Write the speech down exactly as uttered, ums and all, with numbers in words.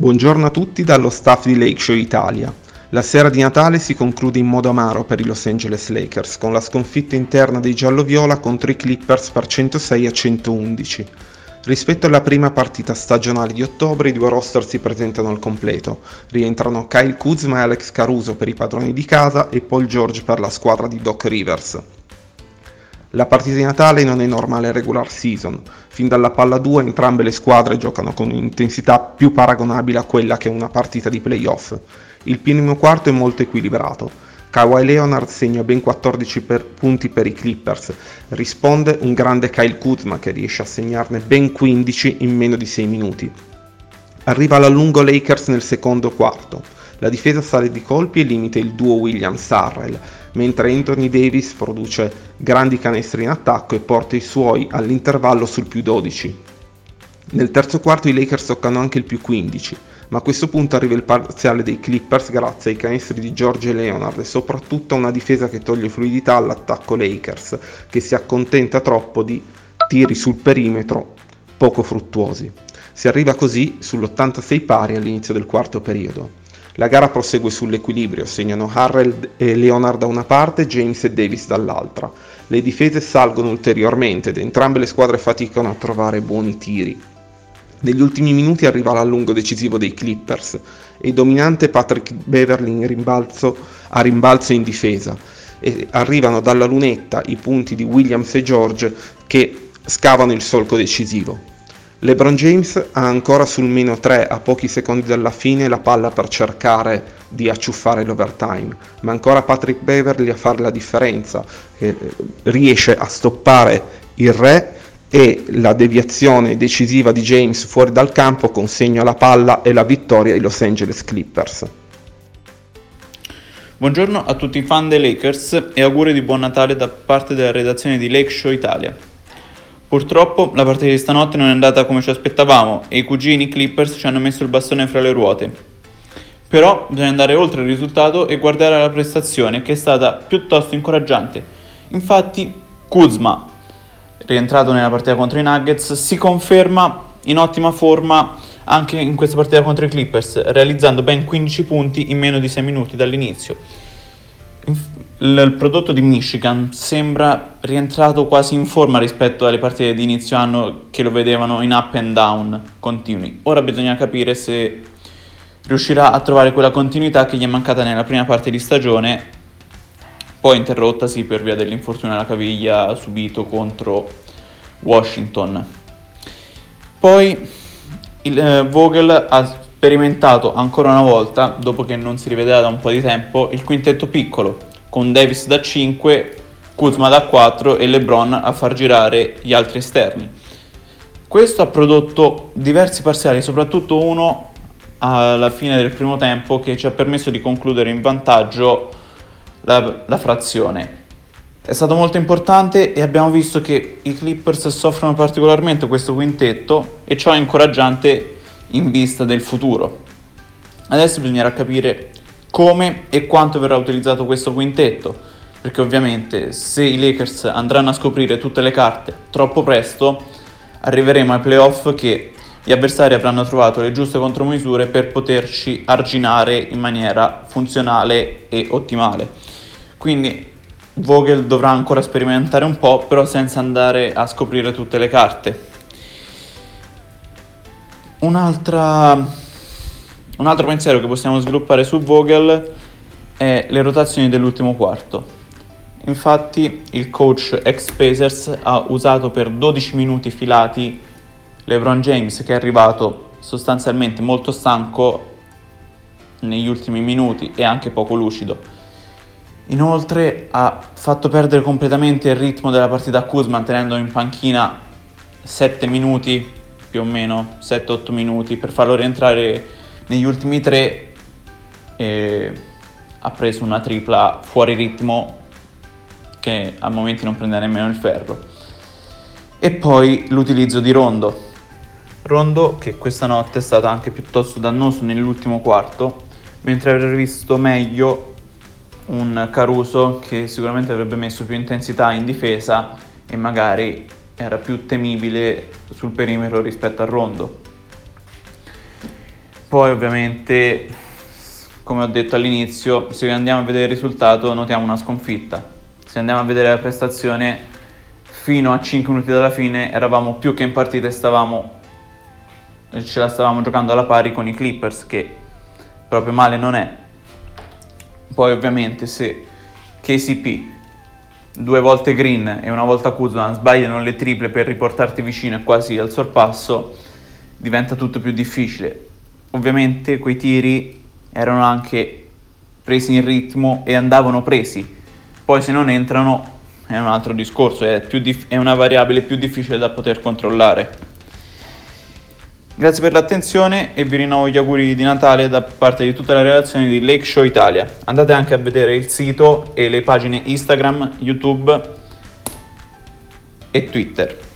Buongiorno a tutti dallo staff di Lake Show Italia. La sera di Natale si conclude in modo amaro per i Los Angeles Lakers con la sconfitta interna dei giallo-viola contro i Clippers per centosei a centoundici. Rispetto alla prima partita stagionale di ottobre, i due roster si presentano al completo. Rientrano Kyle Kuzma e Alex Caruso per i padroni di casa e Paul George per la squadra di Doc Rivers. La partita di Natale non è normale regular season. Fin dalla palla due entrambe le squadre giocano con un'intensità più paragonabile a quella che è una partita di playoff. Il primo quarto è molto equilibrato. Kawhi Leonard segna ben quattordici per punti per i Clippers. Risponde un grande Kyle Kuzma che riesce a segnarne ben quindici in meno di sei minuti. Arriva l'allungo Lakers nel secondo quarto. La difesa sale di colpi e limita il duo Williams-Harrell, mentre Anthony Davis produce grandi canestri in attacco e porta i suoi all'intervallo sul più dodici. Nel terzo quarto i Lakers toccano anche il più quindici, ma a questo punto arriva il parziale dei Clippers grazie ai canestri di George e Leonard e soprattutto a una difesa che toglie fluidità all'attacco Lakers, che si accontenta troppo di tiri sul perimetro poco fruttuosi. Si arriva così sull'ottantasei pari all'inizio del quarto periodo. La gara prosegue sull'equilibrio, segnano Harrell e Leonard da una parte, James e Davis dall'altra. Le difese salgono ulteriormente ed entrambe le squadre faticano a trovare buoni tiri. Negli ultimi minuti arriva l'allungo decisivo dei Clippers e il dominante Patrick Beverley in rimbalzo, a rimbalzo in difesa e arrivano dalla lunetta i punti di Williams e George che scavano il solco decisivo. LeBron James ha ancora sul meno tre a pochi secondi dalla fine la palla per cercare di acciuffare l'overtime, ma ancora Patrick Beverley a fare la differenza, che riesce a stoppare il re e la deviazione decisiva di James fuori dal campo consegna la palla e la vittoria ai Los Angeles Clippers. Buongiorno a tutti i fan dei Lakers e auguri di buon Natale da parte della redazione di Lake Show Italia. Purtroppo la partita di stanotte non è andata come ci aspettavamo e i cugini Clippers ci hanno messo il bastone fra le ruote. Però bisogna andare oltre il risultato e guardare la prestazione, che è stata piuttosto incoraggiante. Infatti Kuzma, rientrato nella partita contro i Nuggets, si conferma in ottima forma anche in questa partita contro i Clippers, realizzando ben quindici punti in meno di sei minuti dall'inizio. Il prodotto di Michigan sembra rientrato quasi in forma rispetto alle partite di inizio anno che lo vedevano in up and down continui. Ora bisogna capire se riuscirà a trovare quella continuità che gli è mancata nella prima parte di stagione, poi interrottasi per via dell'infortunio alla caviglia subito contro Washington. Poi il eh, Vogel ha sperimentato ancora una volta, dopo che non si rivedeva da un po' di tempo, il quintetto piccolo, con Davis da cinque, Kuzma da quattro e LeBron a far girare gli altri esterni. Questo ha prodotto diversi parziali, soprattutto uno alla fine del primo tempo che ci ha permesso di concludere in vantaggio la, la frazione. È stato molto importante e abbiamo visto che i Clippers soffrono particolarmente questo quintetto e ciò è incoraggiante in vista del futuro. Adesso bisognerà capire come e quanto verrà utilizzato questo quintetto, perché ovviamente se i Lakers andranno a scoprire tutte le carte troppo presto, arriveremo ai playoff che gli avversari avranno trovato le giuste contromisure per poterci arginare in maniera funzionale e ottimale. Quindi Vogel dovrà ancora sperimentare un po', però senza andare a scoprire tutte le carte. Un'altra Un altro pensiero che possiamo sviluppare su Vogel è le rotazioni dell'ultimo quarto. Infatti il coach ex-Pacers ha usato per dodici minuti filati LeBron James, che è arrivato sostanzialmente molto stanco negli ultimi minuti e anche poco lucido. Inoltre ha fatto perdere completamente il ritmo della partita a Kuzma, tenendo in panchina sette minuti, più o meno sette otto minuti, per farlo rientrare negli ultimi tre. E ha preso una tripla fuori ritmo che a momenti non prende nemmeno il ferro. E poi l'utilizzo di Rondo. Rondo che questa notte è stato anche piuttosto dannoso nell'ultimo quarto, mentre avrei visto meglio un Caruso che sicuramente avrebbe messo più intensità in difesa e magari era più temibile sul perimetro rispetto a Rondo. Poi ovviamente, come ho detto all'inizio, se andiamo a vedere il risultato notiamo una sconfitta. Se andiamo a vedere la prestazione, fino a cinque minuti dalla fine eravamo più che in partita e stavamo, ce la stavamo giocando alla pari con i Clippers, che proprio male non è. Poi ovviamente se K C P, due volte Green e una volta Kuzma sbagliano le triple per riportarti vicino e quasi al sorpasso, diventa tutto più difficile. Ovviamente quei tiri erano anche presi in ritmo e andavano presi, poi se non entrano è un altro discorso, è, più dif- è una variabile più difficile da poter controllare. Grazie per l'attenzione e vi rinnovo gli auguri di Natale da parte di tutta la redazione di Lake Show Italia. Andate anche a vedere il sito e le pagine Instagram, YouTube e Twitter.